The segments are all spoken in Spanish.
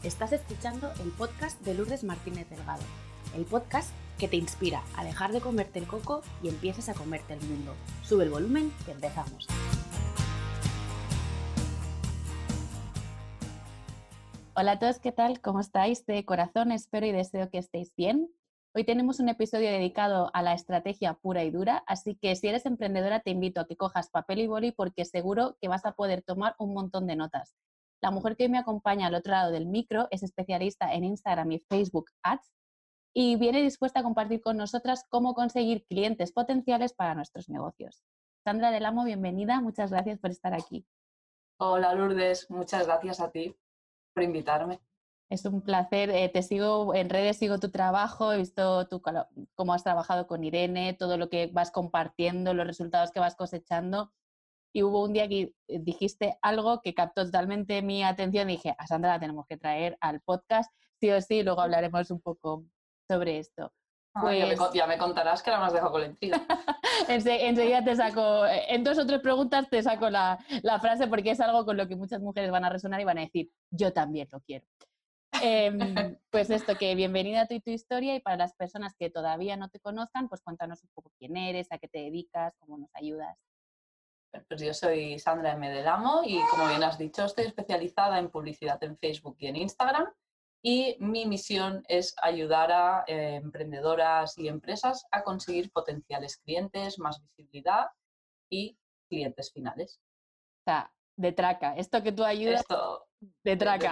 Estás escuchando el podcast de Lourdes Martínez Delgado, el podcast que te inspira a dejar de comerte el coco y empieces a comerte el mundo. Sube el volumen que empezamos. Hola a todos, ¿qué tal? ¿Cómo estáis? De corazón espero y deseo que estéis bien. Hoy tenemos un episodio dedicado a la estrategia pura y dura, así que si eres emprendedora te invito a que cojas papel y boli porque seguro que vas a poder tomar un montón de notas. La mujer que hoy me acompaña al otro lado del micro es especialista en Instagram y Facebook Ads y viene dispuesta a compartir con nosotras cómo conseguir clientes potenciales para nuestros negocios. Sandra del Amo, bienvenida, muchas gracias por estar aquí. Hola Lourdes, muchas gracias a ti por invitarme. Es un placer, te sigo en redes, sigo tu trabajo, he visto cómo has trabajado con Irene, todo lo que vas compartiendo, los resultados que vas cosechando. Y hubo un día que dijiste algo que captó totalmente mi atención y dije, a Sandra la tenemos que traer al podcast, sí o sí, luego hablaremos un poco sobre esto. Ya me contarás que ahora me has dejado con la intriga. Enseguida te saco, en 2 o 3 preguntas te saco la frase porque es algo con lo que muchas mujeres van a resonar y van a decir, yo también lo quiero. Pues esto, que bienvenida a tú y tu historia, y para las personas que todavía no te conozcan, pues cuéntanos un poco quién eres, a qué te dedicas, cómo nos ayudas. Pues yo soy Sandra M. del Amo y como bien has dicho, estoy especializada en publicidad en Facebook y en Instagram y mi misión es ayudar a emprendedoras y empresas a conseguir potenciales clientes, más visibilidad y clientes finales. O sea, de traca, esto que tú ayudas, Esto de traca.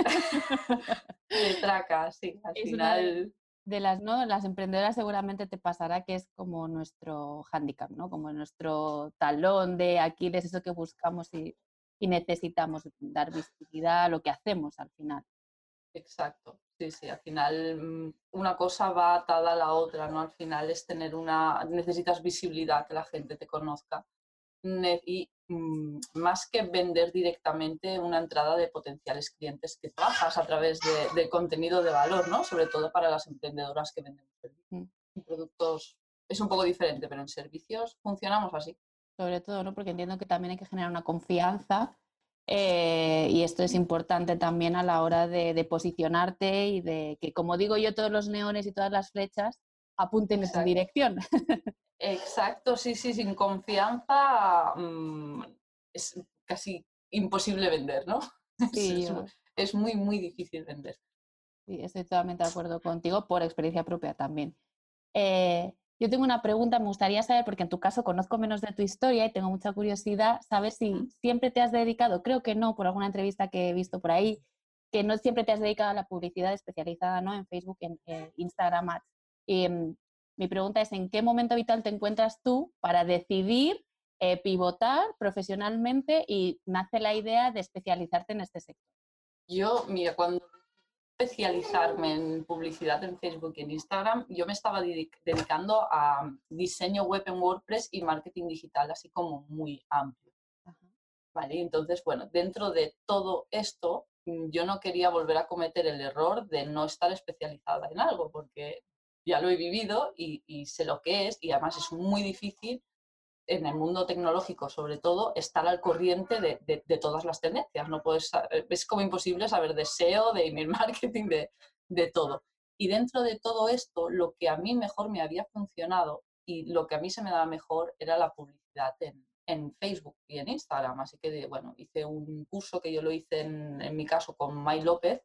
De traca, sí, al Es final. de las, ¿no? Las emprendedoras seguramente te pasará que es como nuestro hándicap, ¿no? Como nuestro talón de Aquiles, eso que buscamos y necesitamos dar visibilidad a lo que hacemos al final. Exacto, sí, sí, al final una cosa va atada a la otra, ¿no? Al final es necesitas visibilidad, que la gente te conozca y más que vender directamente una entrada de potenciales clientes que trabajas a través de contenido de valor, ¿no? Sobre todo para las emprendedoras que venden servicios. En productos es un poco diferente, pero en servicios funcionamos así. Sobre todo, ¿no? Porque entiendo que también hay que generar una confianza y esto es importante también a la hora de posicionarte y de que, como digo yo, todos los neones y todas las flechas apunten en tu dirección. Exacto, sí, sí, sin confianza es casi imposible vender, ¿no? Sí, Es muy, muy difícil vender. Sí, estoy totalmente de acuerdo contigo por experiencia propia también. Yo tengo una pregunta, me gustaría saber, porque en tu caso conozco menos de tu historia y tengo mucha curiosidad, saber si siempre te has dedicado, creo que no, por alguna entrevista que he visto por ahí, que no siempre te has dedicado a la publicidad especializada, ¿no? En Facebook, en Instagram Ads. Y, mi pregunta es, ¿en qué momento vital te encuentras tú para decidir pivotar profesionalmente y nace la idea de especializarte en este sector? Yo, mira, cuando especializarme en publicidad en Facebook y en Instagram, yo me estaba dedicando a diseño web en WordPress y marketing digital, así como muy amplio. ¿Vale? Entonces, bueno, dentro de todo esto, yo no quería volver a cometer el error de no estar especializada en algo, porque ya lo he vivido y sé lo que es, y además es muy difícil en el mundo tecnológico, sobre todo, estar al corriente de todas las tendencias. No puedes, es como imposible saber de SEO, de email marketing, de todo. Y dentro de todo esto, lo que a mí mejor me había funcionado y lo que a mí se me daba mejor era la publicidad en Facebook y en Instagram. Así que, bueno, hice un curso que yo lo hice en mi caso con May López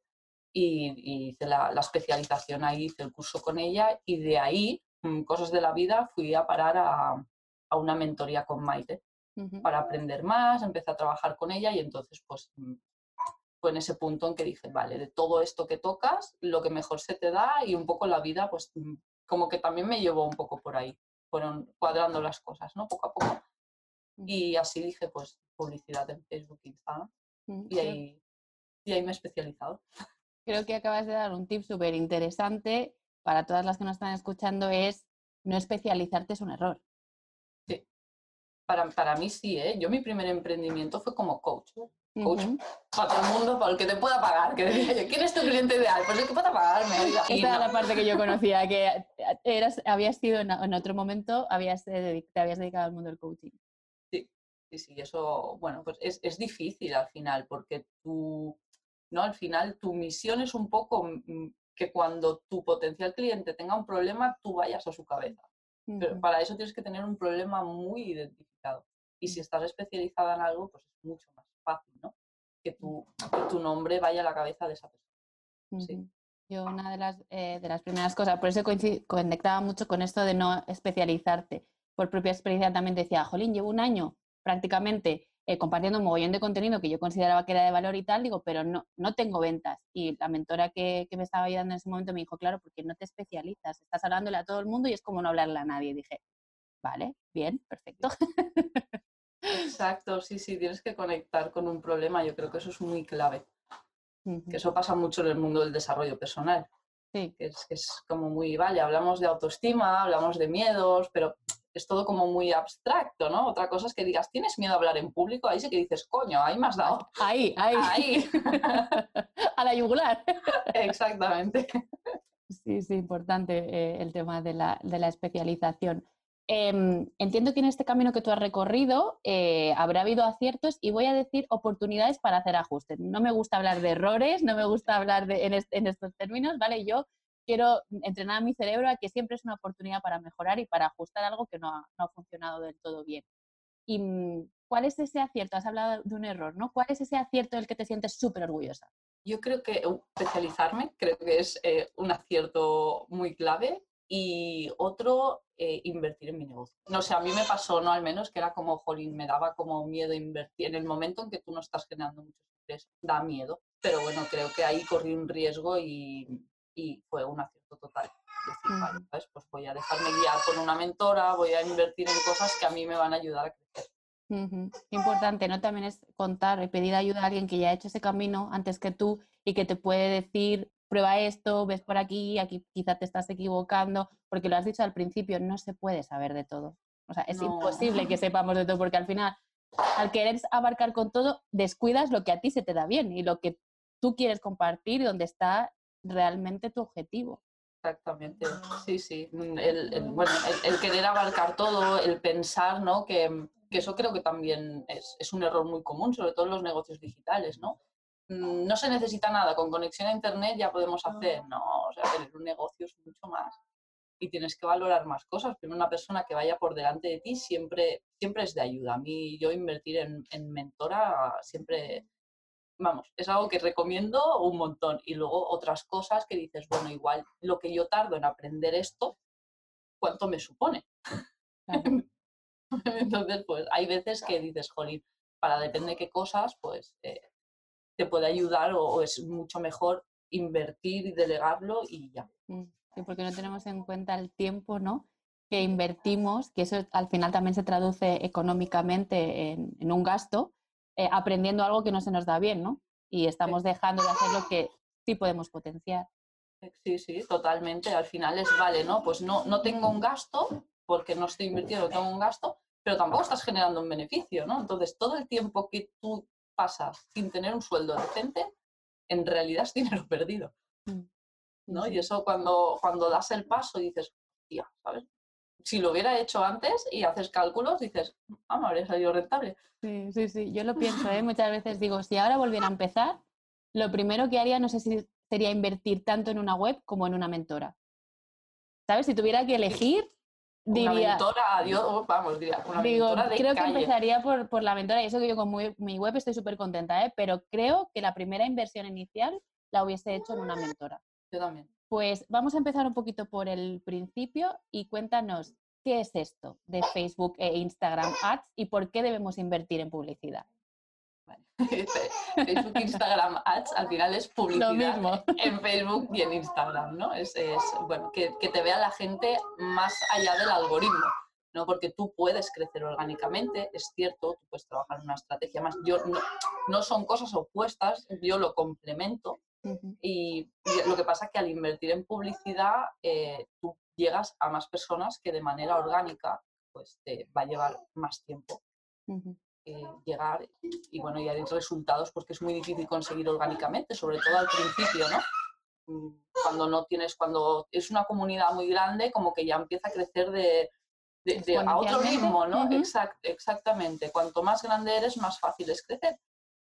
y hice la especialización ahí, hice el curso con ella y de ahí, cosas de la vida, fui a parar a una mentoría con Maite para aprender más, empecé a trabajar con ella y entonces pues fue en ese punto en que dije, vale, de todo esto que tocas, lo que mejor se te da y un poco la vida pues como que también me llevó un poco por ahí, fueron cuadrando las cosas, ¿no? Poco a poco. Y así dije, pues publicidad en Facebook, Instagram y ahí me he especializado. Creo que acabas de dar un tip súper interesante para todas las que nos están escuchando, es no especializarte es un error. Sí, para mí sí, ¿eh? Yo mi primer emprendimiento fue como coach. Coach para todo el mundo, para el que te pueda pagar. Que decía yo, ¿quién es tu cliente ideal? Pues el que pueda pagarme. Oiga. Esta era la parte que yo conocía, que habías sido en otro momento, te habías dedicado al mundo del coaching. Sí, sí, sí, eso, bueno, pues es difícil al final, porque tú ¿no? Al final tu misión es un poco que cuando tu potencial cliente tenga un problema, tú vayas a su cabeza. Pero para eso tienes que tener un problema muy identificado. Y si estás especializada en algo, pues es mucho más fácil, ¿no? Que tu nombre vaya a la cabeza de esa persona. Sí. Yo una de las primeras cosas, por eso conectaba mucho con esto de no especializarte. Por propia experiencia también decía, jolín, llevo un año prácticamente compartiendo un mogollón de contenido que yo consideraba que era de valor y tal, digo, pero no tengo ventas. Y la mentora que me estaba ayudando en ese momento me dijo, claro, porque no te especializas, estás hablándole a todo el mundo y es como no hablarle a nadie. Y dije, vale, bien, perfecto. Exacto, sí, tienes que conectar con un problema, yo creo que eso es muy clave. Que eso pasa mucho en el mundo del desarrollo personal. Sí. Que es como muy, vale, hablamos de autoestima, hablamos de miedos, pero es todo como muy abstracto, ¿no? Otra cosa es que digas, ¿tienes miedo a hablar en público? Ahí sí que dices, coño, ahí me has dado. Ahí. A la yugular. Exactamente. Sí, importante el tema de la especialización. Entiendo que en este camino que tú has recorrido habrá habido aciertos y voy a decir oportunidades para hacer ajustes. No me gusta hablar de errores, no me gusta hablar en estos términos, ¿vale? Yo quiero entrenar a mi cerebro a que siempre es una oportunidad para mejorar y para ajustar algo que no ha funcionado del todo bien. ¿Y cuál es ese acierto? Has hablado de un error, ¿no? ¿Cuál es ese acierto del que te sientes súper orgullosa? Yo creo que especializarme, creo que es un acierto muy clave. Y otro, invertir en mi negocio. No sé, a mí me pasó, ¿no? Al menos que era como, jolín, me daba como miedo invertir. En el momento en que tú no estás generando muchos ingresos, da miedo. Pero bueno, creo que ahí corrí un riesgo y fue un acierto total. Decir, vale, ¿sabes? Pues voy a dejarme guiar por una mentora, voy a invertir en cosas que a mí me van a ayudar a crecer. Importante, ¿no? También es contar y pedir ayuda a alguien que ya ha hecho ese camino antes que tú y que te puede decir, prueba esto, ves por aquí quizá te estás equivocando, porque lo has dicho al principio, no se puede saber de todo. O sea, es imposible que sepamos de todo, porque al final, al querer abarcar con todo, descuidas lo que a ti se te da bien y lo que tú quieres compartir y donde está realmente tu objetivo. Exactamente, sí. El querer abarcar todo, el pensar, ¿no? Que eso creo que también es un error muy común, sobre todo en los negocios digitales, ¿no? No se necesita nada, con conexión a internet ya podemos hacer, no, o sea, tener un negocio es mucho más y tienes que valorar más cosas, pero una persona que vaya por delante de ti siempre es de ayuda. A mí, yo invertir en mentora siempre, vamos, es algo que recomiendo un montón. Y luego otras cosas que dices, bueno, igual lo que yo tardo en aprender esto, ¿cuánto me supone? Claro. Entonces, pues hay veces que dices, jolín, para depende de qué cosas, pues te puede ayudar o es mucho mejor invertir y delegarlo y ya. Sí, porque no tenemos en cuenta el tiempo, ¿no? Que invertimos, que eso al final también se traduce económicamente en un gasto, aprendiendo algo que no se nos da bien, ¿no? Y estamos dejando de hacer lo que sí podemos potenciar. Sí, totalmente. Al final es, vale, ¿no? Pues no tengo un gasto, porque no estoy invirtiendo, no tengo un gasto, pero tampoco estás generando un beneficio, ¿no? Entonces, todo el tiempo que tú pasas sin tener un sueldo decente, en realidad es dinero perdido, ¿no? Sí. Y eso cuando das el paso dices, tía, ¿sabes? Si lo hubiera hecho antes y haces cálculos, dices, me habría salido rentable. Sí. Yo lo pienso, ¿eh? Muchas veces digo, si ahora volviera a empezar, lo primero que haría, no sé si sería invertir tanto en una web como en una mentora. ¿Sabes? Si tuviera que elegir, Una diría, mentora, Dios, vamos, diría, una digo, mentora de creo que calle. empezaría por la mentora y eso que yo con mi web estoy súper contenta, ¿eh? Pero creo que la primera inversión inicial la hubiese hecho en una mentora. Yo también. Pues vamos a empezar un poquito por el principio y cuéntanos qué es esto de Facebook e Instagram Ads y por qué debemos invertir en publicidad. Vale. Facebook, Instagram Ads, al final es publicidad Lo mismo. en Facebook y en Instagram, ¿no? Bueno, que te vea la gente más allá del algoritmo, ¿no? Porque tú puedes crecer orgánicamente, es cierto, tú puedes trabajar en una estrategia más. No son cosas opuestas, yo lo complemento. Y lo que pasa es que al invertir en publicidad, tú llegas a más personas que de manera orgánica pues te va a llevar más tiempo llegar y bueno, y hay resultados porque es muy difícil conseguir orgánicamente, sobre todo al principio, ¿no? Cuando es una comunidad muy grande, como que ya empieza a crecer a otro ritmo, ¿no? Exactamente. Cuanto más grande eres, más fácil es crecer.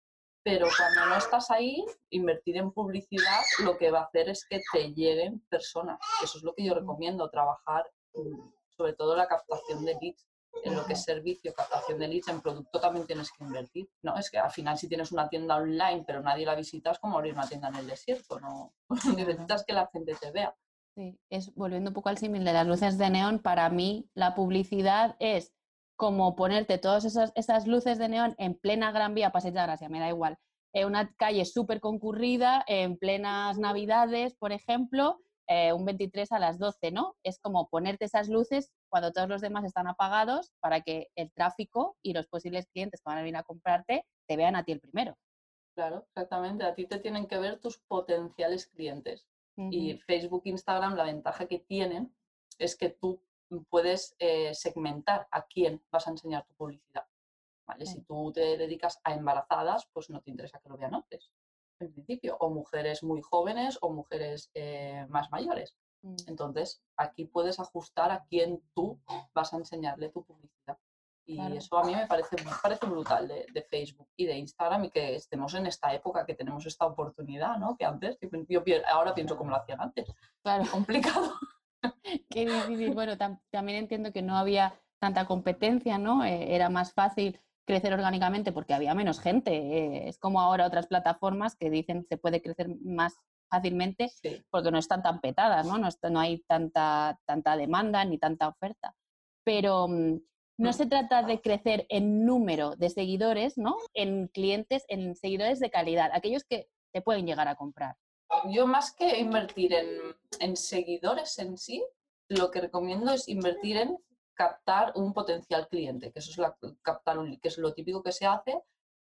pero cuando no estás ahí, invertir en publicidad lo que va a hacer es que te lleguen personas. Eso es lo que yo recomiendo, trabajar sobre todo la captación de leads, en lo que es servicio, captación de leads. En producto también tienes que invertir, ¿no? Es que al final si tienes una tienda online pero nadie la visita es como abrir una tienda en el desierto, ¿no? Necesitas que la gente te vea. Sí, es volviendo un poco al símil de las luces de neón, para mí la publicidad es como ponerte todas esas luces de neón en plena Gran Vía, Passeig de Gràcia, me da igual, una calle súper concurrida, en plenas Navidades, por ejemplo, un 23 a las 12, ¿no? Es como ponerte esas luces cuando todos los demás están apagados para que el tráfico y los posibles clientes que van a venir a comprarte te vean a ti el primero. Claro, exactamente. A ti te tienen que ver tus potenciales clientes. Y Ujú. Facebook, Instagram, la ventaja que tienen es que tú puedes segmentar a quién vas a enseñar tu publicidad. ¿Vale? Si Claro. tú te dedicas a embarazadas, pues no te interesa que lo vean hombres, en principio, o mujeres muy jóvenes o mujeres más mayores. Mm. Entonces, aquí puedes ajustar a quién tú vas a enseñarle tu publicidad. Y Claro. eso a mí me parece brutal de Facebook y de Instagram, y que estemos en esta época, que tenemos esta oportunidad, ¿no? Que antes, yo ahora pienso como lo hacían antes. Claro. Qué complicado. Qué difícil. Bueno, también entiendo que no había tanta competencia, ¿no? Era más fácil crecer orgánicamente porque había menos gente. Es como ahora otras plataformas que dicen se puede crecer más fácilmente Sí. porque no están tan petadas, ¿no? No hay tanta demanda ni tanta oferta. Pero no se trata de crecer en número de seguidores, ¿no? En clientes, en seguidores de calidad, aquellos que te pueden llegar a comprar. Yo, más que invertir en seguidores en sí, lo que recomiendo es invertir en captar un potencial cliente, que eso es captar que es lo típico que se hace,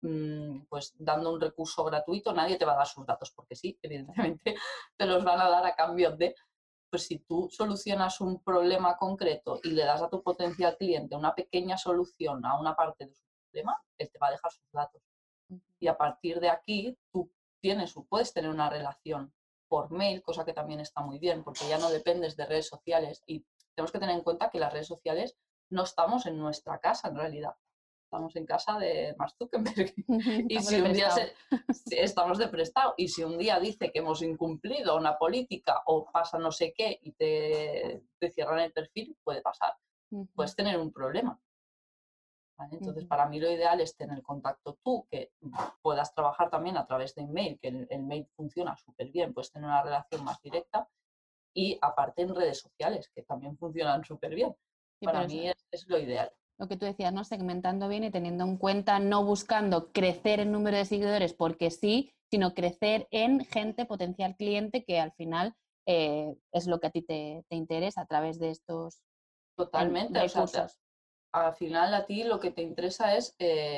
pues dando un recurso gratuito. Nadie te va a dar sus datos porque sí, evidentemente te los van a dar a cambio de, pues si tú solucionas un problema concreto y le das a tu potencial cliente una pequeña solución a una parte de su problema, él te va a dejar sus datos. Y a partir de aquí tú puedes tener una relación por mail, cosa que también está muy bien, porque ya no dependes de redes sociales. Y tenemos que tener en cuenta que las redes sociales no estamos en nuestra casa en realidad. Estamos en casa de Mark Zuckerberg. Y Estamos si de un día prestado. estamos de prestado, y si un día dice que hemos incumplido una política o pasa no sé qué y te cierran el perfil, puede pasar. Puedes tener un problema. ¿Vale? Entonces, para mí lo ideal es tener contacto tú, que puedas trabajar también a través de email, que el mail funciona súper bien, puedes tener una relación más directa, y aparte en redes sociales, que también funcionan súper bien. Sí, Para pero mí es lo ideal. lo que tú decías, ¿no? Segmentando bien y teniendo en cuenta, no buscando crecer en número de seguidores porque sí, sino crecer en gente, potencial cliente, que al final es lo que a ti te interesa a través de estos Totalmente. O sea, recursos. al final a ti lo que te interesa es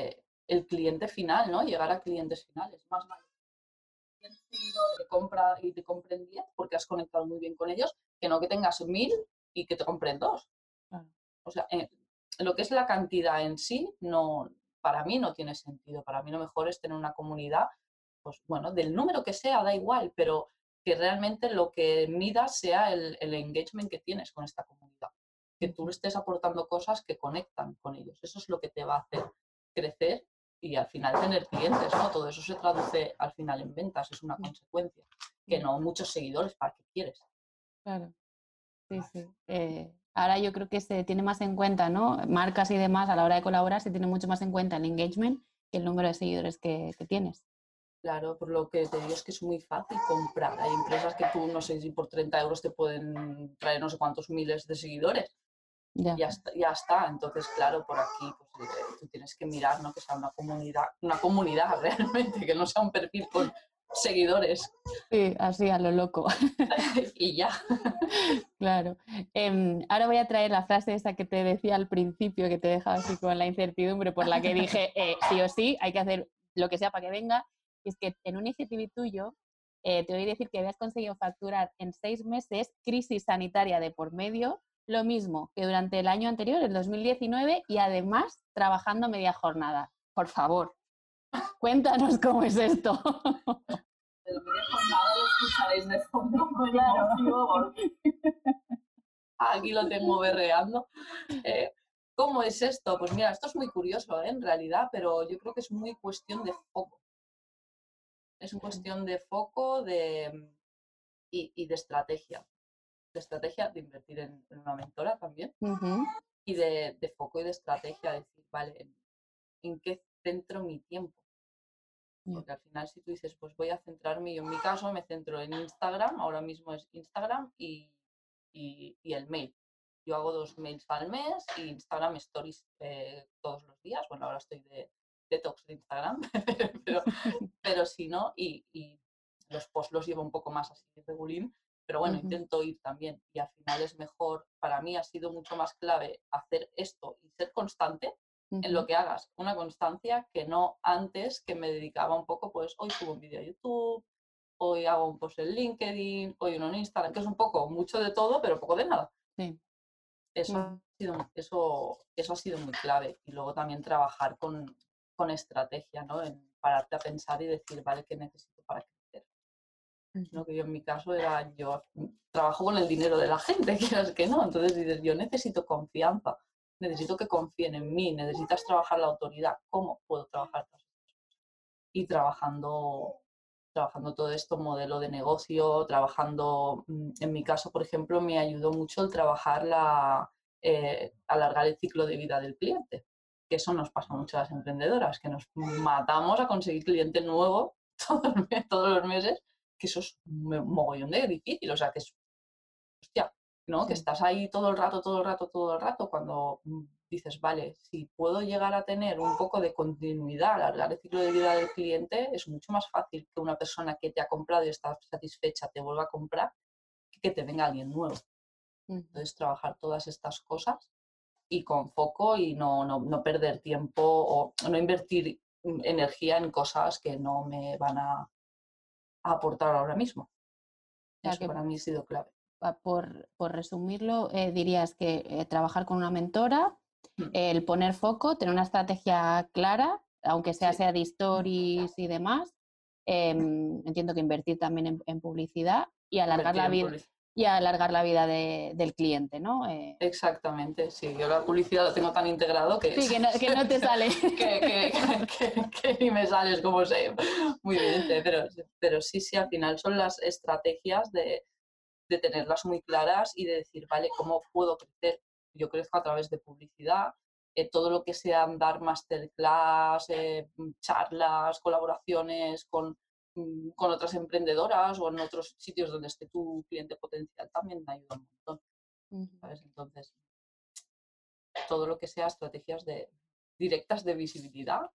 el cliente final, ¿no? Llegar a clientes finales. Más vale que tienes seguidores que compra y te compren 10 porque has conectado muy bien con ellos, que no que tengas 1000 y que te compren 2. Claro. O sea, lo que es la cantidad en sí, no, para mí no tiene sentido. Para mí lo mejor es tener una comunidad, pues bueno, del número que sea, da igual, pero que realmente lo que mida sea el engagement que tienes con esta comunidad. Que tú estés aportando cosas que conectan con ellos. Eso es lo que te va a hacer crecer y al final tener clientes, ¿no? Todo eso se traduce al final en ventas, es una consecuencia. Que no muchos seguidores, ¿para qué quieres? Claro, sí, sí. Ahora yo creo que se tiene más en cuenta, ¿no? Marcas y demás a la hora de colaborar se tiene mucho más en cuenta el engagement que el número de seguidores que tienes. Claro, por lo que te digo es que es muy fácil comprar. Hay empresas que tú, no sé si por 30 euros te pueden traer no sé cuántos miles de seguidores. Ya. Ya está. Entonces, claro, por aquí pues, tú tienes que mirar, ¿no? Que sea una comunidad realmente, que no sea un perfil con seguidores Sí, así a lo loco. y ya. Claro. Ahora voy a traer la frase esa que te decía al principio, que te dejaba así con la incertidumbre, por la que dije sí o sí, hay que hacer lo que sea para que venga. Y es que en un IGTV tuyo te oí decir que habías conseguido facturar en 6 meses, crisis sanitaria de por medio, lo mismo que durante el año anterior, el 2019, y además trabajando media jornada. Por favor, cuéntanos cómo es esto. Pero media jornada lo escucharéis de fondo. Claro. Aquí lo tengo berreando. Eh, ¿Cómo es esto? Pues mira, esto es muy curioso, en realidad, pero yo creo que es muy cuestión de foco. Es cuestión de foco y de estrategia. De estrategia, de invertir en una mentora también. Y de foco y de estrategia, decir, vale, ¿en qué centro mi tiempo? Porque al final si tú dices, pues voy a centrarme, yo en mi caso me centro en Instagram, ahora mismo es Instagram y el mail. Yo hago 2 mails al mes y Instagram Stories todos los días. Bueno, ahora estoy de detox de Instagram, pero si no, y los posts los llevo un poco más así de regulín, pero bueno, intento ir también y al final es mejor, para mí ha sido mucho más clave hacer esto y ser constante en lo que hagas, una constancia que no antes, que me dedicaba un poco, pues hoy subo un vídeo a YouTube, hoy hago un post en LinkedIn, hoy uno en Instagram, que es un poco mucho de todo, pero poco de nada. Sí. Eso ha sido muy clave. Y luego también trabajar con estrategia, ¿no? En pararte a pensar y decir, vale, ¿qué necesito para crecer? ¿No? Que yo en mi caso yo trabajo con el dinero de la gente, quieras que no. Entonces dices, yo necesito confianza, necesito que confíen en mí, necesitas trabajar la autoridad. ¿Cómo puedo trabajar? Y trabajando todo esto, modelo de negocio, trabajando, en mi caso, por ejemplo, me ayudó mucho el trabajar alargar el ciclo de vida del cliente, que eso nos pasa mucho a las emprendedoras, que nos matamos a conseguir cliente nuevo todos los meses, que eso es un mogollón de difícil, o sea, que es, hostia, ¿no? Sí. Que estás ahí todo el rato, cuando dices, vale, si puedo llegar a tener un poco de continuidad, alargar el ciclo de vida del cliente, es mucho más fácil que una persona que te ha comprado y está satisfecha te vuelva a comprar que te venga alguien nuevo. Entonces, trabajar todas estas cosas y con foco y no perder tiempo o no invertir energía en cosas que no me van a aportar ahora mismo. Eso para mí ha sido clave. Por resumirlo, dirías que trabajar con una mentora, el poner foco, tener una estrategia clara, aunque sea de stories y demás. Entiendo que invertir también en publicidad y alargar la vida del cliente, ¿no? Exactamente, sí. Yo la publicidad lo tengo tan integrado que... Sí, que no te sale. que ni me sales como sé. Muy evidente, pero sí, al final son las estrategias de tenerlas muy claras y de decir, vale, ¿cómo puedo crecer? Yo crezco a través de publicidad, todo lo que sea dar masterclass, charlas, colaboraciones con otras emprendedoras o en otros sitios donde esté tu cliente potencial también me ayuda un montón. ¿Sabes? Entonces, todo lo que sea estrategias directas de visibilidad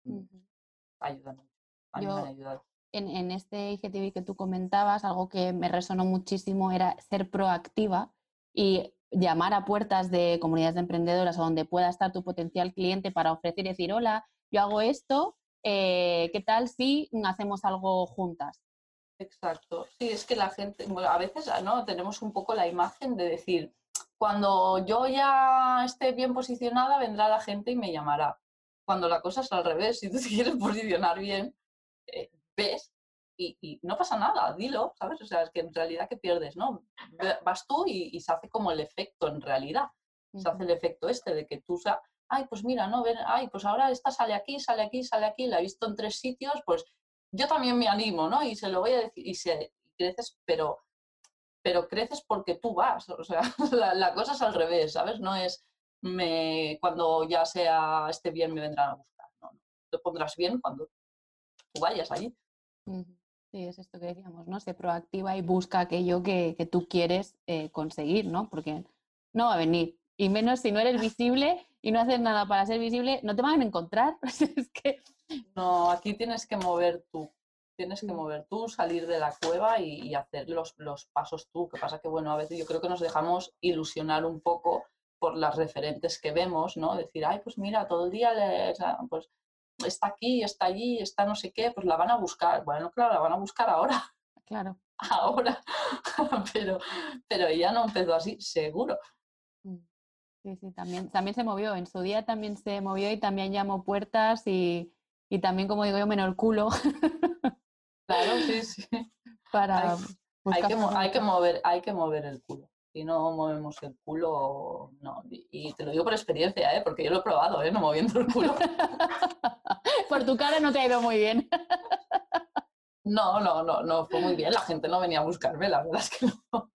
ayudan mucho. A mí me han ayudado. En este IGTV que tú comentabas, algo que me resonó muchísimo era ser proactiva y llamar a puertas de comunidades de emprendedoras o donde pueda estar tu potencial cliente para ofrecer y decir, hola, yo hago esto, ¿qué tal si hacemos algo juntas? Exacto. Sí, es que la gente, bueno, a veces ¿no? Tenemos un poco la imagen de decir, cuando yo ya esté bien posicionada, vendrá la gente y me llamará. Cuando la cosa es al revés, si tú te quieres posicionar bien, ves y no pasa nada, dilo, ¿sabes? O sea, es que en realidad ¿qué pierdes, no? Vas tú y se hace como el efecto en realidad. Se hace el efecto de que tú, ay, pues mira, no, ay, pues ahora esta sale aquí, la he visto en 3 sitios, pues yo también me animo, ¿no? Y se lo voy a decir, y creces, pero creces porque tú vas, o sea, la cosa es al revés, ¿sabes? No es cuando ya esté bien me vendrán a buscar, no, te pondrás bien cuando tú vayas allí. Sí, es esto que decíamos, ¿no? Sé proactiva y busca aquello que tú quieres conseguir, ¿no? Porque no va a venir. Y menos si no eres visible y no haces nada para ser visible, no te van a encontrar. Es que... No, aquí tienes que mover tú. Tienes que mover tú, salir de la cueva y hacer los pasos tú. Que pasa que, bueno, a veces yo creo que nos dejamos ilusionar un poco por las referentes que vemos, ¿no? Decir, ay, pues mira, todo el día pues está aquí, está allí, está no sé qué, pues la van a buscar. Bueno, claro, la van a buscar ahora. Claro. Ahora. pero ella no empezó así, seguro. Sí, también se movió. En su día también se movió y también llamó puertas y también, como digo yo, menos el culo. Claro, sí. Para hay que mover el culo. Si no movemos el culo, no. Y te lo digo por experiencia, porque yo lo he probado, no moviendo el culo. Por tu cara no te ha ido muy bien. No, fue muy bien. La gente no venía a buscarme, la verdad es que no.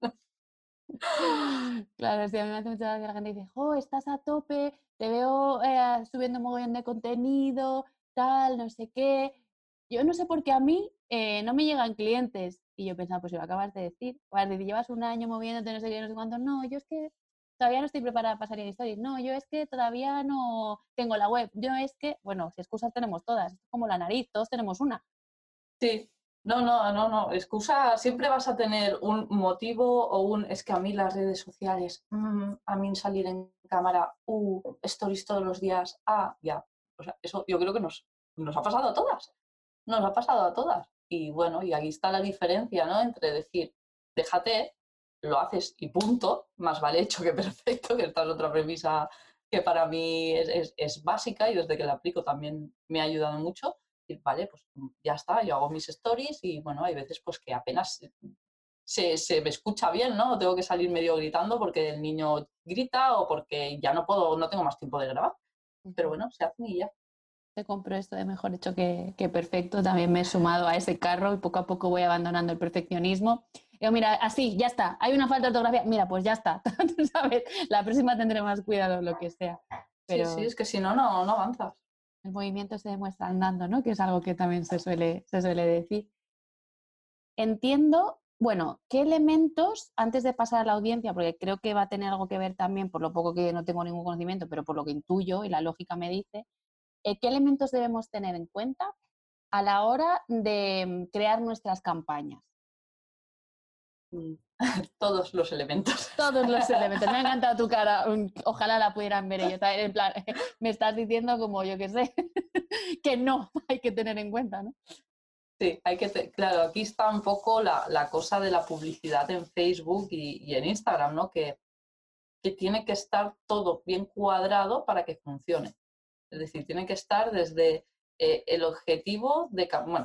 Claro, sí, a mí me hace mucha gracia la gente dice, oh, estás a tope, te veo subiendo un mogollón de contenido, tal, no sé qué. Yo no sé por qué a mí no me llegan clientes. Y yo pensaba, pues si lo acabas de decir, acabas de decir, llevas un año moviéndote, no sé qué, no sé cuánto. No, yo es que todavía no estoy preparada para salir en stories. No, yo es que todavía no tengo la web. Yo es que, bueno, si excusas tenemos todas, es como la nariz, todos tenemos una. Sí, no. Excusa, siempre vas a tener un motivo o es que a mí las redes sociales, a mí salir en cámara, stories todos los días, ya. O sea, eso yo creo que nos ha pasado a todas. Nos ha pasado a todas. Y bueno, y ahí está la diferencia, ¿no? Entre decir, déjate, lo haces y punto, más vale hecho que perfecto, que esta es otra premisa que para mí es básica y desde que la aplico también me ha ayudado mucho. Y vale, pues ya está, yo hago mis stories y bueno, hay veces pues que apenas se me escucha bien, ¿no? Tengo que salir medio gritando porque el niño grita o porque ya no puedo, no tengo más tiempo de grabar. Pero bueno, se hacen y ya. Te compro esto de mejor hecho que perfecto. También me he sumado a ese carro y poco a poco voy abandonando el perfeccionismo. Digo, mira, así, ya está. Hay una falta de ortografía. Mira, pues ya está. ¿Sabes? La próxima tendré más cuidado, lo que sea. Sí, Pero es que si no avanzas. el movimiento se demuestra andando, ¿no? Que es algo que también se suele decir. Entiendo, bueno, ¿qué elementos, antes de pasar a la audiencia, porque creo que va a tener algo que ver también, por lo poco que no tengo ningún conocimiento, pero por lo que intuyo y la lógica me dice, ¿qué elementos debemos tener en cuenta a la hora de crear nuestras campañas? Todos los elementos. Todos los elementos. Me ha encantado tu cara. Ojalá la pudieran ver ellos. En plan, me estás diciendo como yo que sé, que no hay que tener en cuenta, ¿no? Sí, claro, aquí está un poco la cosa de la publicidad en Facebook y en Instagram, ¿no? Que tiene que estar todo bien cuadrado para que funcione. Es decir, tiene que estar desde el objetivo bueno,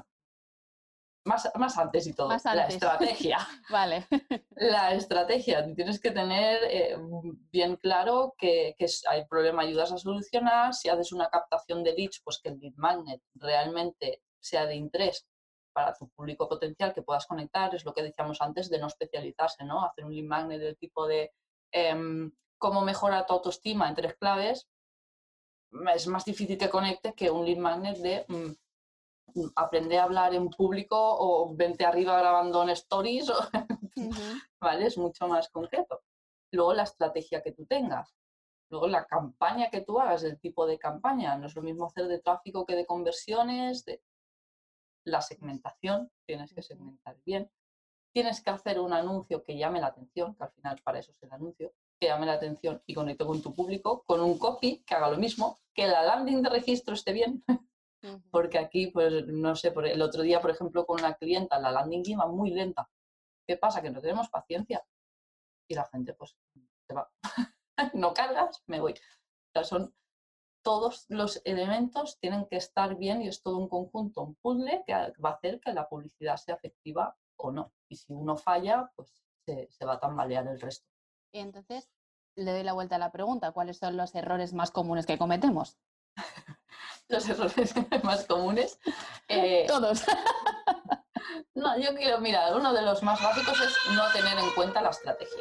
más antes y todo, Más la antes. estrategia. Vale. La estrategia, tienes que tener bien claro que hay problema, ayudas a solucionar. Si haces una captación de leads, pues que el lead magnet realmente sea de interés para tu público potencial que puedas conectar. Es lo que decíamos antes de no especializarse, ¿no? Hacer un lead magnet del tipo de cómo mejora tu autoestima en 3 claves. Es más difícil que conecte que un lead magnet de aprende a hablar en público o vente arriba grabando en stories. ¿Vale? Es mucho más concreto. Luego la estrategia que tú tengas. Luego la campaña que tú hagas, el tipo de campaña. No es lo mismo hacer de tráfico que de conversiones. La segmentación, tienes que segmentar bien. Tienes que hacer un anuncio que llame la atención, que al final para eso es el anuncio, que llame la atención y conecte con tu público, con un copy que haga lo mismo, que la landing de registro esté bien. Porque aquí, pues no sé, el otro día, por ejemplo, con una clienta, la landing iba muy lenta. ¿Qué pasa? Que no tenemos paciencia y la gente pues se va. No cargas, me voy. O sea, todos los elementos tienen que estar bien y es todo un conjunto, un puzzle que va a hacer que la publicidad sea efectiva o no. Y si uno falla, pues se va a tambalear el resto. Y entonces le doy la vuelta a la pregunta, ¿cuáles son los errores más comunes que cometemos? Los errores más comunes. Todos. No, yo quiero, mira, uno de los más básicos es no tener en cuenta la estrategia.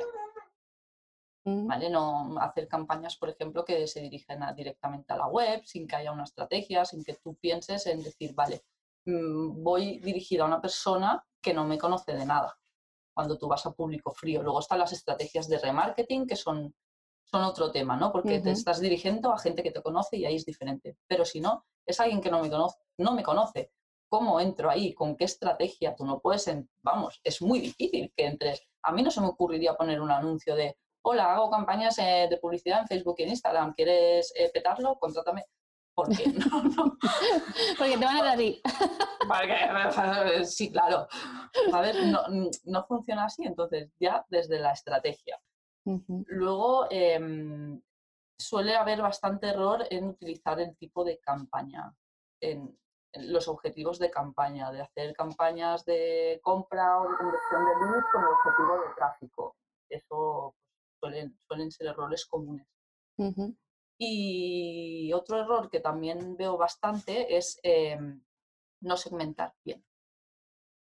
¿Vale? No hacer campañas, por ejemplo, que se dirigen directamente a la web, sin que haya una estrategia, sin que tú pienses en decir, vale, voy dirigida a una persona que no me conoce de nada, cuando tú vas a público frío. Luego están las estrategias de remarketing, que son otro tema, ¿no? Porque te estás dirigiendo a gente que te conoce y ahí es diferente. Pero si no, es alguien que no me conoce. ¿Cómo entro ahí? ¿Con qué estrategia? Tú no puedes, vamos, es muy difícil que entres. A mí no se me ocurriría poner un anuncio de hola, hago campañas de publicidad en Facebook y en Instagram. ¿Quieres petarlo? Contrátame. Porque no. Porque te van a dar así. Porque, sí, claro. ¿Sabes? No funciona así. Entonces, ya desde la estrategia. Luego, suele haber bastante error en utilizar el tipo de campaña, en los objetivos de campaña, de hacer campañas de compra o de conversión de leads con el objetivo de tráfico. Eso suelen ser errores comunes. Y otro error que también veo bastante es no segmentar bien.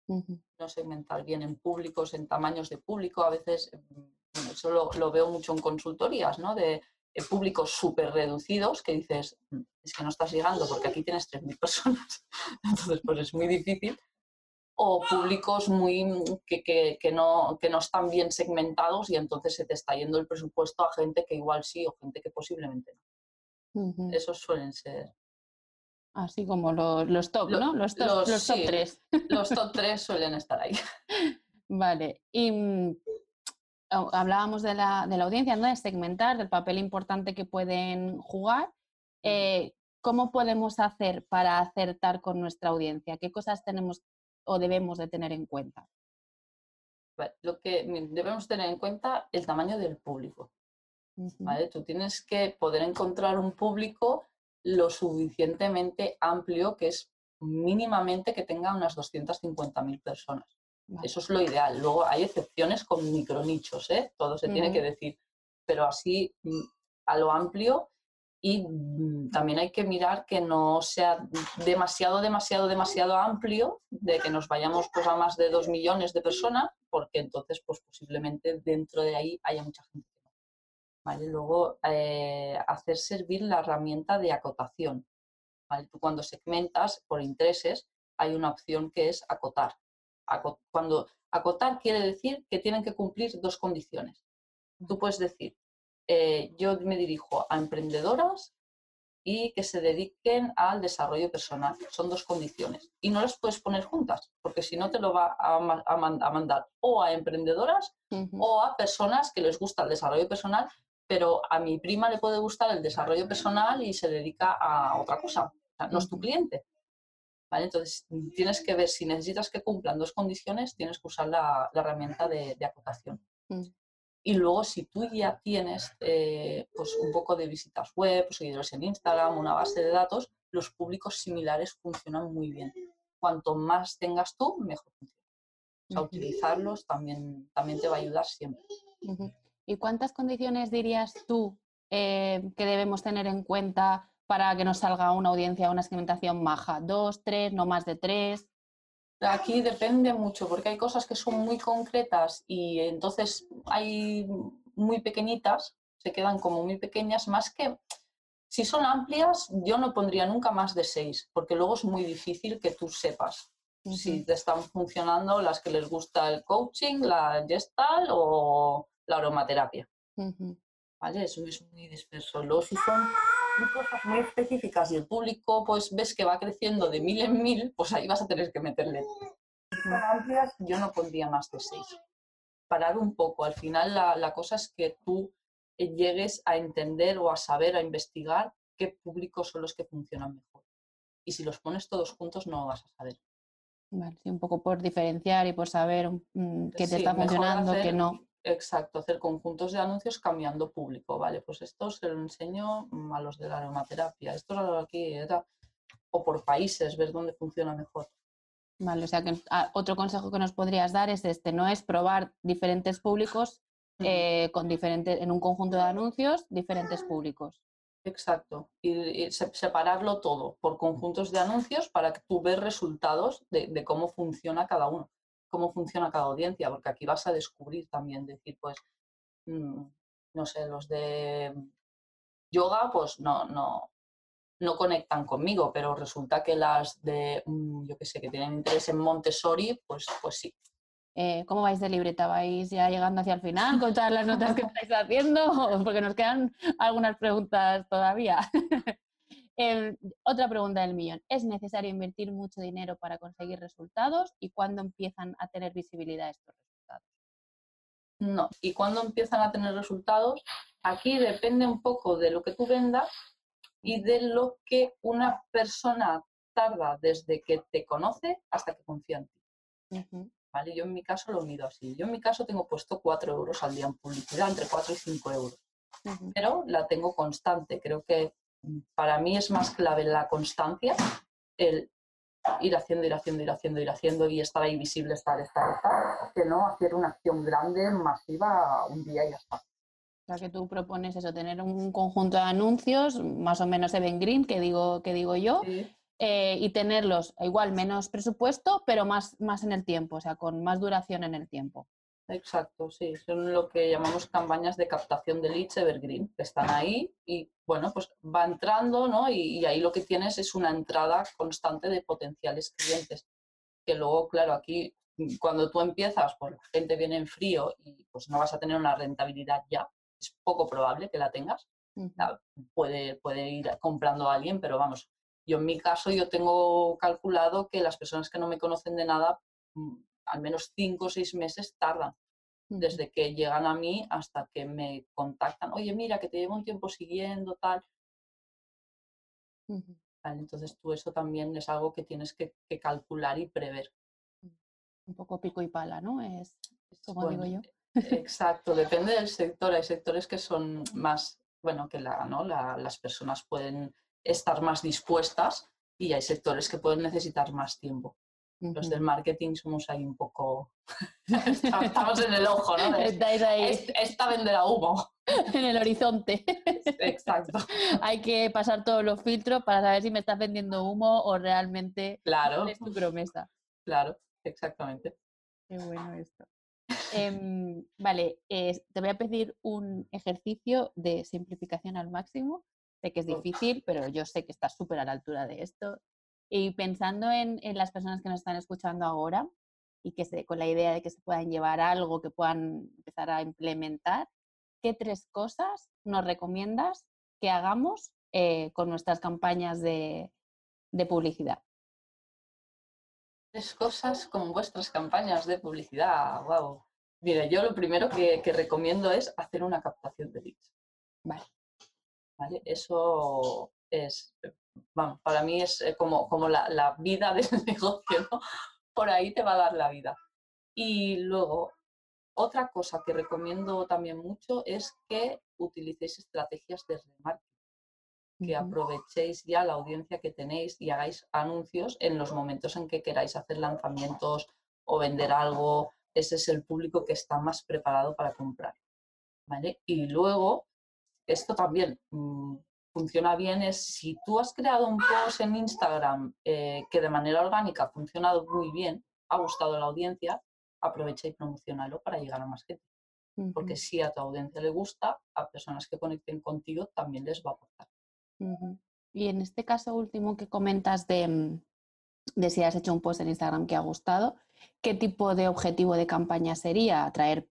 Ujú. no segmentar bien en públicos, en tamaños de público. A veces, bueno, eso lo veo mucho en consultorías, ¿no? De públicos súper reducidos que dices, es que no estás llegando porque aquí tienes 3.000 personas, entonces pues es muy difícil. O públicos que no están bien segmentados y entonces se te está yendo el presupuesto a gente que igual sí o gente que posiblemente no. Ujú. Esos suelen ser Así como los top, ¿no? Los top sí, 3. los top 3 suelen estar ahí. Vale. Y hablábamos de la audiencia, ¿no? De segmentar, del papel importante que pueden jugar. ¿Cómo podemos hacer para acertar con nuestra audiencia? ¿Qué cosas tenemos o debemos de tener en cuenta? Vale, lo que debemos tener en cuenta el tamaño del público. Ujú. ¿Vale? Tú tienes que poder encontrar un público lo suficientemente amplio que es mínimamente que tenga unas 250.000 personas. Vale. Eso es lo ideal. Luego hay excepciones con micronichos, ¿eh? Todo se tiene que decir, pero así a lo amplio y también hay que mirar que no sea demasiado amplio, de que nos vayamos pues, a más de 2 millones de personas, porque entonces pues, posiblemente dentro de ahí haya mucha gente. ¿Vale? Luego, hacer servir la herramienta de acotación. ¿Vale? Tú cuando segmentas por intereses, hay una opción que es acotar. Cuando acotar quiere decir que tienen que cumplir dos condiciones. Tú puedes decir, yo me dirijo a emprendedoras y que se dediquen al desarrollo personal. Son dos condiciones. Y no las puedes poner juntas, porque si no te lo va a mandar o a emprendedoras o a personas que les gusta el desarrollo personal, pero a mi prima le puede gustar el desarrollo personal y se dedica a otra cosa. O sea, no es tu cliente. ¿Vale? Entonces, tienes que ver si necesitas que cumplan dos condiciones, tienes que usar la herramienta de acotación. Y luego, si tú ya tienes pues un poco de visitas web, seguidores en Instagram, una base de datos, los públicos similares funcionan muy bien. Cuanto más tengas tú, mejor funciona. O sea, utilizarlos también te va a ayudar siempre. ¿Y cuántas condiciones dirías tú que debemos tener en cuenta para que nos salga una audiencia, una segmentación maja? ¿2, 3, no más de 3? Aquí depende mucho, porque hay cosas que son muy concretas y entonces hay muy pequeñitas, se quedan como muy pequeñas, más que si son amplias, yo no pondría nunca más de 6, porque luego es muy difícil que tú sepas si te están funcionando las que les gusta el coaching, la Gestalt o la aromaterapia. ¿Vale? Eso es muy disperso. Luego, si son cosas muy específicas y el público pues ves que va creciendo de 1000 en 1000, pues ahí vas a tener que meterle. Si son amplias, yo no pondría más de 6. Parar un poco. Al final la cosa es que tú llegues a entender o a saber, a investigar qué públicos son los que funcionan mejor. Y si los pones todos juntos no vas a saber. Vale, sí, un poco por diferenciar y por saber qué te Sí, está mejor funcionando, qué hacer, no. exacto, hacer conjuntos de anuncios cambiando público. Vale, pues esto se lo enseño a los de la aromaterapia, esto aquí era, o por países, ver dónde funciona mejor. Vale, o sea que otro consejo que nos podrías dar es no es probar diferentes públicos en un conjunto de anuncios, diferentes públicos. Exacto, y separarlo todo por conjuntos de anuncios para que tú veas resultados de cómo funciona cada uno, cómo funciona cada audiencia, porque aquí vas a descubrir también, decir, pues, no sé, los de yoga, pues no conectan conmigo, pero resulta que las de, yo qué sé, que tienen interés en Montessori, pues sí. ¿Cómo vais de libreta? ¿Vais ya llegando hacia el final con todas las notas que estáis haciendo? Porque nos quedan algunas preguntas todavía. Otra pregunta del millón. ¿Es necesario invertir mucho dinero para conseguir resultados? ¿Y cuándo empiezan a tener visibilidad estos resultados? No. ¿Y cuándo empiezan a tener resultados? Aquí depende un poco de lo que tú vendas y de lo que una persona tarda desde que te conoce hasta que confía en ti. ¿Vale? Yo en mi caso lo mido así. Yo en mi caso tengo puesto 4 euros al día en publicidad, entre 4 y 5 euros. Pero la tengo constante. Creo que para mí es más clave la constancia, el ir haciendo y estar ahí visible, estar, que no hacer una acción grande, masiva, un día y ya está. O sea, que tú propones eso, tener un conjunto de anuncios, más o menos evergreen, que digo yo, Sí. y tenerlos igual menos presupuesto, pero más en el tiempo, o sea, con más duración en el tiempo. Exacto, sí, son lo que llamamos campañas de captación de leads evergreen, que están ahí y bueno, pues va entrando, ¿no? Y ahí lo que tienes es una entrada constante de potenciales clientes, que luego, claro, aquí cuando tú empiezas, pues la gente viene en frío y pues no vas a tener una rentabilidad ya, es poco probable que la tengas. Puede ir comprando a alguien, pero vamos, yo en mi caso yo tengo calculado que las personas que no me conocen de nada, al menos 5 o 6 meses tardan desde que llegan a mí hasta que me contactan. Oye, mira, que te llevo un tiempo siguiendo, tal. Vale, entonces tú eso también es algo que tienes que calcular y prever. Un poco pico y pala, ¿no? Es como Bueno, digo yo. exacto, depende del sector. Hay sectores que son más, bueno, que las personas pueden estar más dispuestas y hay sectores que pueden necesitar más tiempo. Los del marketing somos ahí un poco... Estamos en el ojo, ¿no? Estáis ahí Esta venderá humo. en el horizonte. Exacto. Hay que pasar todos los filtros para saber si me estás vendiendo humo o realmente Claro, es tu promesa. claro, exactamente. Qué bueno esto. Vale, te voy a pedir un ejercicio de simplificación al máximo. Sé que es difícil, pero yo sé que estás súper a la altura de esto. Y pensando en las personas que nos están escuchando ahora y con la idea de que se puedan llevar algo, que puedan empezar a implementar, ¿qué 3 cosas nos recomiendas que hagamos con nuestras campañas de publicidad? 3 cosas con vuestras campañas de publicidad. Wow. Mira, yo lo primero que recomiendo es hacer una captación de leads. Vale. ¿Vale? Eso es, bueno, para mí es como la vida del negocio, ¿no? Por ahí te va a dar la vida. Y luego, otra cosa que recomiendo también mucho es que utilicéis estrategias de remarketing, que aprovechéis ya la audiencia que tenéis y hagáis anuncios en los momentos en que queráis hacer lanzamientos o vender algo. Ese es el público que está más preparado para comprar, ¿vale? Y luego, esto también funciona bien, es si tú has creado un post en Instagram que de manera orgánica ha funcionado muy bien, ha gustado a la audiencia, aprovecha y promocionalo para llegar a más gente. Porque si a tu audiencia le gusta, a personas que conecten contigo también les va a aportar. Y en este caso último que comentas de si has hecho un post en Instagram que ha gustado, ¿qué tipo de objetivo de campaña sería? ¿Atraer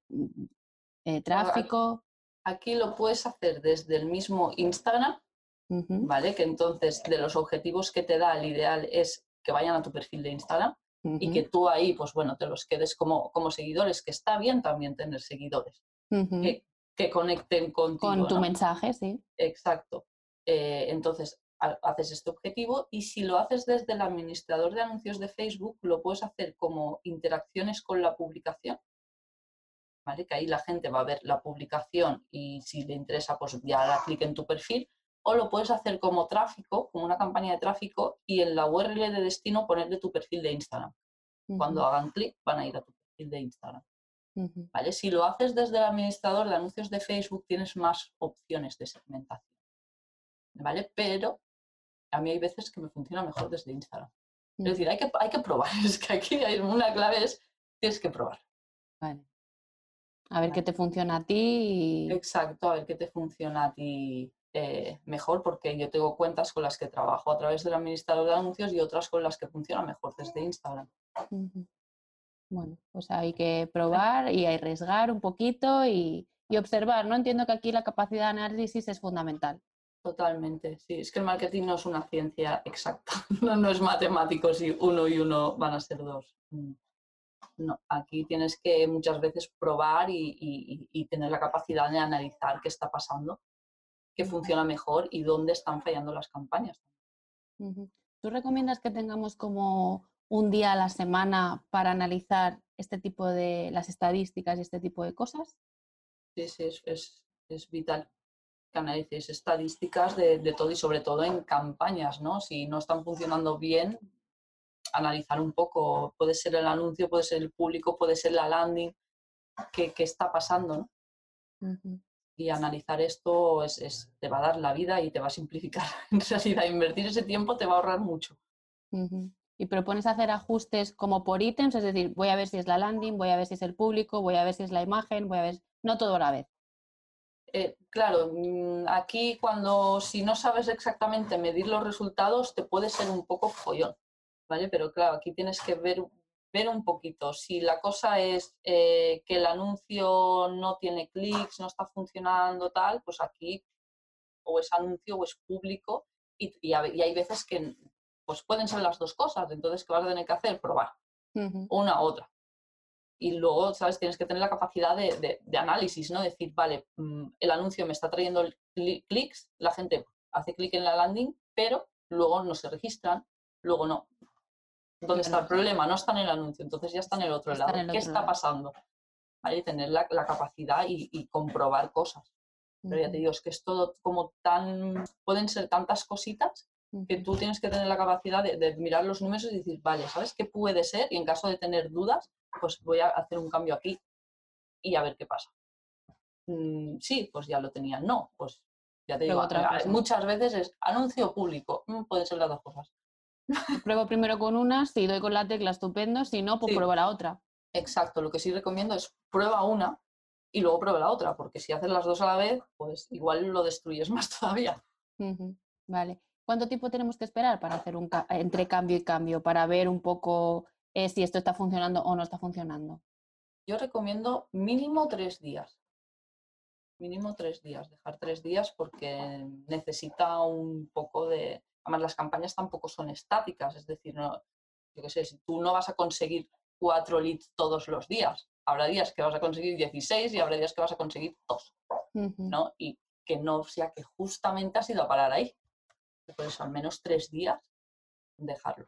tráfico? Aquí lo puedes hacer desde el mismo Instagram, ¿vale? Que entonces de los objetivos que te da, el ideal es que vayan a tu perfil de Instagram y que tú ahí, pues bueno, te los quedes como seguidores, que está bien también tener seguidores, que conecten contigo, con tu ¿no? mensaje, sí. Exacto. Entonces, haces este objetivo y si lo haces desde el administrador de anuncios de Facebook, lo puedes hacer como interacciones con la publicación, ¿vale? Que ahí la gente va a ver la publicación y si le interesa, pues ya da clic en tu perfil. O lo puedes hacer como tráfico, como una campaña de tráfico y en la URL de destino ponerle tu perfil de Instagram. Cuando hagan clic van a ir a tu perfil de Instagram. ¿Vale? Si lo haces desde el administrador de anuncios de Facebook, tienes más opciones de segmentación, ¿vale? Pero a mí hay veces que me funciona mejor desde Instagram. Es decir, hay que probar. Es que aquí hay una clave, es tienes que probar. Vale. A ver qué te funciona a ti. Exacto, a ver qué te funciona a ti mejor, porque yo tengo cuentas con las que trabajo a través del administrador de anuncios y otras con las que funciona mejor desde Instagram. Bueno, pues hay que probar y arriesgar un poquito y observar, ¿no? Entiendo que aquí la capacidad de análisis es fundamental. Totalmente, sí. Es que el marketing no es una ciencia exacta, no es matemático si 1 y 1 van a ser 2. No, aquí tienes que muchas veces probar y tener la capacidad de analizar qué está pasando, qué funciona mejor y dónde están fallando las campañas. ¿Tú recomiendas que tengamos como un día a la semana para analizar este tipo de las estadísticas y este tipo de cosas? Sí, sí, es vital que analices estadísticas de todo y sobre todo en campañas, ¿no? Si no están funcionando bien, analizar un poco, puede ser el anuncio, puede ser el público, puede ser la landing, qué está pasando, ¿no? Y analizar esto te va a dar la vida y te va a simplificar. En realidad, invertir ese tiempo te va a ahorrar mucho. Ujú. ¿Y propones hacer ajustes como por ítems? Es decir, voy a ver si es la landing, voy a ver si es el público, voy a ver si es la imagen, voy a ver... No todo a la vez. Claro, aquí si no sabes exactamente medir los resultados, te puede ser un poco follón, ¿vale? Pero claro, aquí tienes que ver un poquito. Si la cosa es que el anuncio no tiene clics, no está funcionando tal, pues aquí o es anuncio o es público y hay veces que pues pueden ser las dos cosas. Entonces, ¿qué vas a tener que hacer? Probar una u otra. Y luego, ¿sabes? Tienes que tener la capacidad de análisis, ¿no? Decir, vale, el anuncio me está trayendo clics, la gente hace clic en la landing, pero luego no se registran, luego no. ¿Dónde está el Claro, problema? No está en el anuncio, entonces ya está en el otro está en lado. el ¿Qué otro está lado. pasando? ¿Vale? Tener la capacidad y comprobar cosas. Pero ya te digo, es que es todo como pueden ser tantas cositas que tú tienes que tener la capacidad de mirar los números y decir, vale, ¿sabes qué puede ser? Y en caso de tener dudas, pues voy a hacer un cambio aquí y a ver qué pasa. Sí, pues ya lo tenían. No, pues ya te digo, Pruebo otra cosa. muchas veces es anuncio público, pueden ser las dos cosas. Pruebo primero con una, si doy con la tecla, estupendo, si no, pues Sí, pruebo la otra. exacto. Lo que sí recomiendo es prueba una y luego prueba la otra, porque si haces las dos a la vez, pues igual lo destruyes más todavía. Vale. ¿Cuánto tiempo tenemos que esperar para hacer entre cambio y cambio, para ver un poco si esto está funcionando o no está funcionando? Yo recomiendo mínimo 3 días. Mínimo 3 días, dejar 3 días porque necesita un poco de... Además, las campañas tampoco son estáticas, es decir, no, yo qué sé, si tú no vas a conseguir 4 leads todos los días, habrá días que vas a conseguir 16 y habrá días que vas a conseguir 2, ¿no? Y que no sea que justamente has ido a parar ahí. Por eso, al menos 3 días, dejarlo.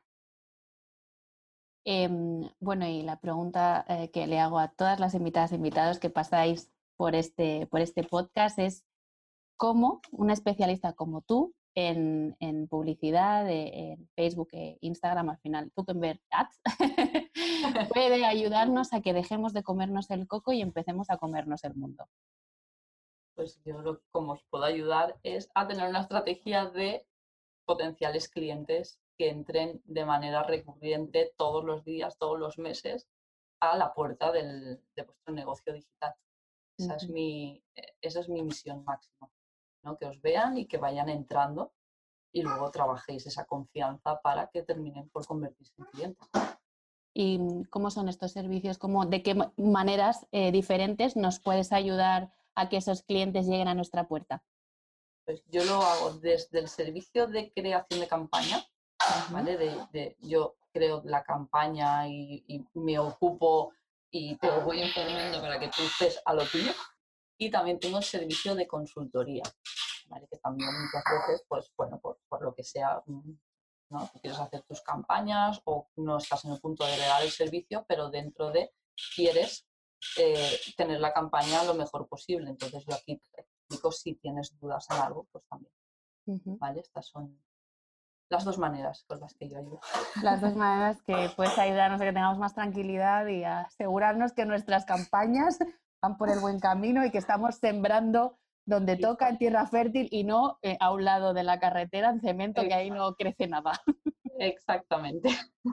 Bueno, y la pregunta que le hago a todas las invitadas e invitados que pasáis por este podcast es cómo una especialista como tú en publicidad, en Facebook e Instagram, al final, tú que ver ads, puede ayudarnos a que dejemos de comernos el coco y empecemos a comernos el mundo. Pues yo como os puedo ayudar es a tener una estrategia de potenciales clientes que entren de manera recurrente todos los días, todos los meses, a la puerta de vuestro negocio digital. Esa es mi misión máxima, ¿no? Que os vean y que vayan entrando y luego trabajéis esa confianza para que terminen por convertirse en clientes. ¿Y cómo son estos servicios? ¿De qué maneras diferentes nos puedes ayudar a que esos clientes lleguen a nuestra puerta? Pues yo lo hago desde el servicio de creación de campaña, ¿vale? Yo creo la campaña y me ocupo y te voy informando para que tú estés a lo tuyo. Y también tengo el servicio de consultoría, ¿vale? Que también muchas veces, pues bueno, por lo que sea, ¿no? Tú quieres hacer tus campañas o no estás en el punto de delegar el servicio, pero dentro de quieres tener la campaña lo mejor posible. Entonces yo aquí te explico si tienes dudas en algo, pues también, ¿vale? Estas son las dos maneras con las que yo ayudo. Las dos maneras que puedes ayudarnos a que tengamos más tranquilidad y a asegurarnos que nuestras campañas van por el buen camino y que estamos sembrando donde toca, en tierra fértil y no a un lado de la carretera en cemento, que ahí no crece nada. Exactamente.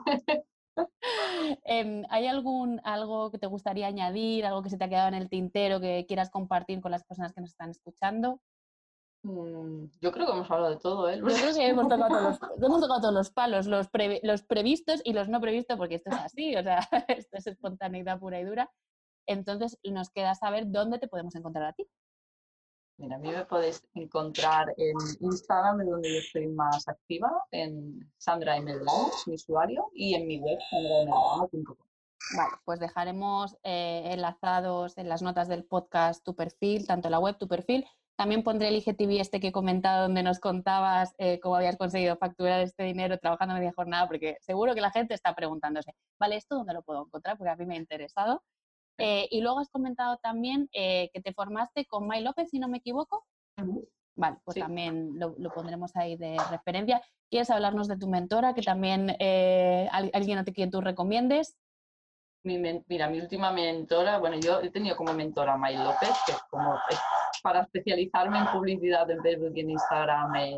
¿Hay algo que te gustaría añadir, algo que se te ha quedado en el tintero que quieras compartir con las personas que nos están escuchando? Yo creo que hemos hablado de todo, ¿eh? Yo creo que hemos tocado todos los palos, los previstos y los no previstos, porque esto es así, o sea, esto es espontaneidad pura y dura. Entonces nos queda saber dónde te podemos encontrar a ti. Mira, a mí me podéis encontrar en Instagram, de donde yo estoy más activa, en Sandra M. Delgado, mi usuario, y en mi web, sandramdelgado.com. Vale, pues dejaremos enlazados en las notas del podcast tu perfil, tanto la web, tu perfil. También pondré el IGTV este que he comentado, donde nos contabas cómo habías conseguido facturar este dinero trabajando media jornada, porque seguro que la gente está preguntándose, ¿vale, esto dónde lo puedo encontrar? Porque a mí me ha interesado. Y luego has comentado también que te formaste con May López, si no me equivoco. Vale, pues sí, también lo pondremos ahí de referencia. ¿Quieres hablarnos de tu mentora, que también alguien a quien tú recomiendes? Mira, mi última mentora, bueno, yo he tenido como mentora a May López, que es como para especializarme en publicidad en Facebook y en Instagram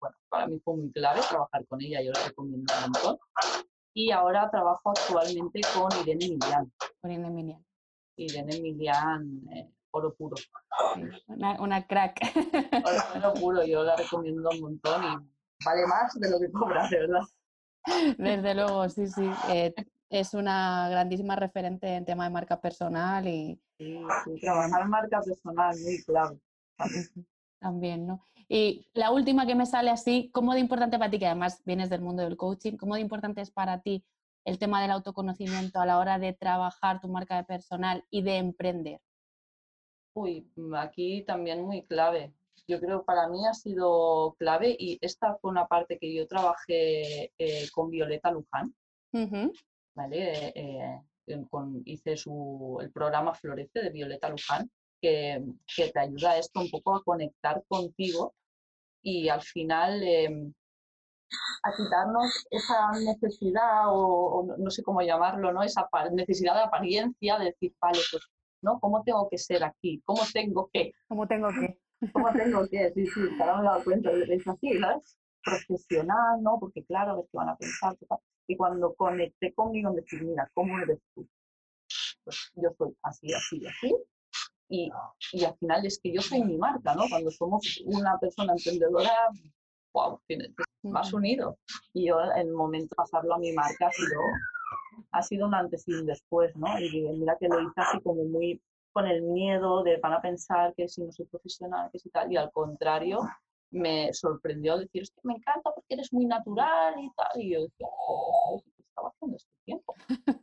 bueno, para mí fue muy clave trabajar con ella, yo la recomiendo un montón. Y ahora trabajo actualmente con Irene Millán. Irene Millán, oro puro. Sí, una crack. Oro puro, yo la recomiendo un montón y vale más de lo que cobra, de verdad. Desde luego, sí, sí. Es una grandísima referente en tema de marca personal y... Sí, trabajar en marca personal, muy clave. También, ¿no? Y la última que me sale así, ¿cómo de importante para ti, que además vienes del mundo del coaching, cómo de importante es para ti el tema del autoconocimiento a la hora de trabajar tu marca personal y de emprender? Uy, aquí también muy clave. Yo creo que para mí ha sido clave y esta fue una parte que yo trabajé con Violeta Luján, ¿vale? Hice el programa Florece de Violeta Luján, que te ayuda a esto un poco a conectar contigo y al final a quitarnos esa necesidad o no sé cómo llamarlo, ¿no? Esa necesidad de apariencia, de decir, vale, pues, ¿no? ¿Cómo tengo que ser aquí? ¿Cómo tengo que? ¿Cómo tengo que? ¿Cómo tengo que? Sí, sí, ahora me he dado cuenta de eso así, ¿sabes? Profesional, ¿no? Porque claro, a ver qué van a pensar, qué tal. Y cuando conecté conmigo, en decir, mira, ¿cómo eres tú? Pues yo soy así, así, así. Y al final es que yo soy mi marca, ¿no? Cuando somos una persona emprendedora, wow, más unido. Y yo, en el momento de pasarlo a mi marca, ha sido un antes y un después, ¿no? Y mira que lo hice así como muy con el miedo de van a pensar que si no soy profesional, que si tal, y al contrario, me sorprendió decir, es que me encanta porque eres muy natural y tal, y yo decía, oh, ¿qué estaba haciendo este tiempo?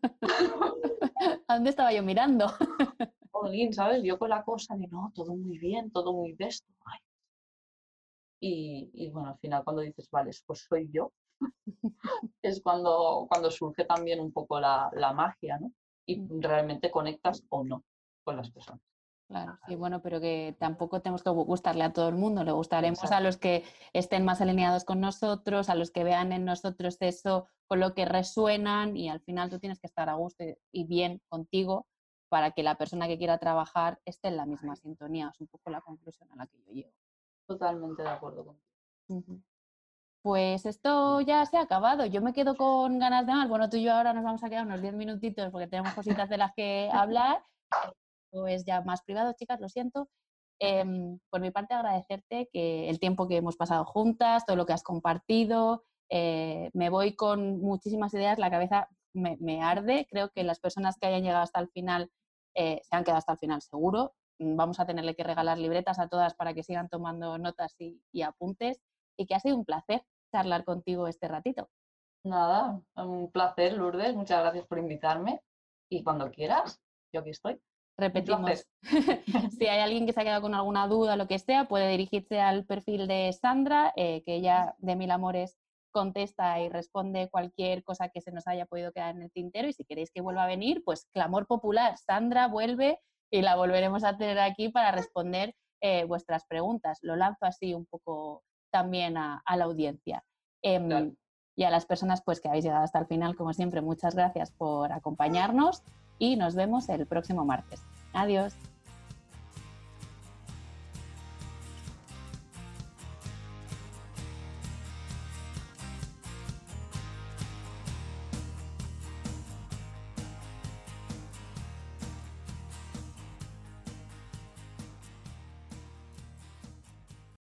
¿A dónde estaba yo mirando? Jolín, ¿sabes? Yo con la cosa de, no, todo muy bien, todo muy besto, ay. Y bueno, al final cuando dices, vale, pues soy yo, es cuando surge también un poco la magia, ¿no? Y realmente conectas o no con las personas. Claro, sí, bueno, pero que tampoco tenemos que gustarle a todo el mundo, le gustaremos Exacto. a los que estén más alineados con nosotros, a los que vean en nosotros eso con lo que resuenan y al final tú tienes que estar a gusto y bien contigo para que la persona que quiera trabajar esté en la misma sintonía. Es un poco la conclusión a la que yo llego. Totalmente de acuerdo contigo. Pues esto ya se ha acabado. Yo me quedo con ganas de más. Bueno, tú y yo ahora nos vamos a quedar unos 10 minutitos porque tenemos cositas de las que hablar. Es ya más privado, chicas, lo siento. Por mi parte, agradecerte que el tiempo que hemos pasado juntas, todo lo que has compartido. Me voy con muchísimas ideas, la cabeza me arde. Creo que las personas que hayan llegado hasta el final se han quedado hasta el final seguro. Vamos a tenerle que regalar libretas a todas para que sigan tomando notas y apuntes. Y que ha sido un placer charlar contigo este ratito. Nada, un placer, Lourdes. Muchas gracias por invitarme. Y cuando quieras, yo aquí estoy. Repetimos, si hay alguien que se ha quedado con alguna duda o lo que sea, puede dirigirse al perfil de Sandra, que ella de Mil Amores contesta y responde cualquier cosa que se nos haya podido quedar en el tintero. Y si queréis que vuelva a venir, pues clamor popular, Sandra vuelve y la volveremos a tener aquí para responder vuestras preguntas. Lo lanzo así un poco también a la audiencia. Claro. Y a las personas pues, que habéis llegado hasta el final, como siempre, muchas gracias por acompañarnos y nos vemos el próximo martes. Adiós.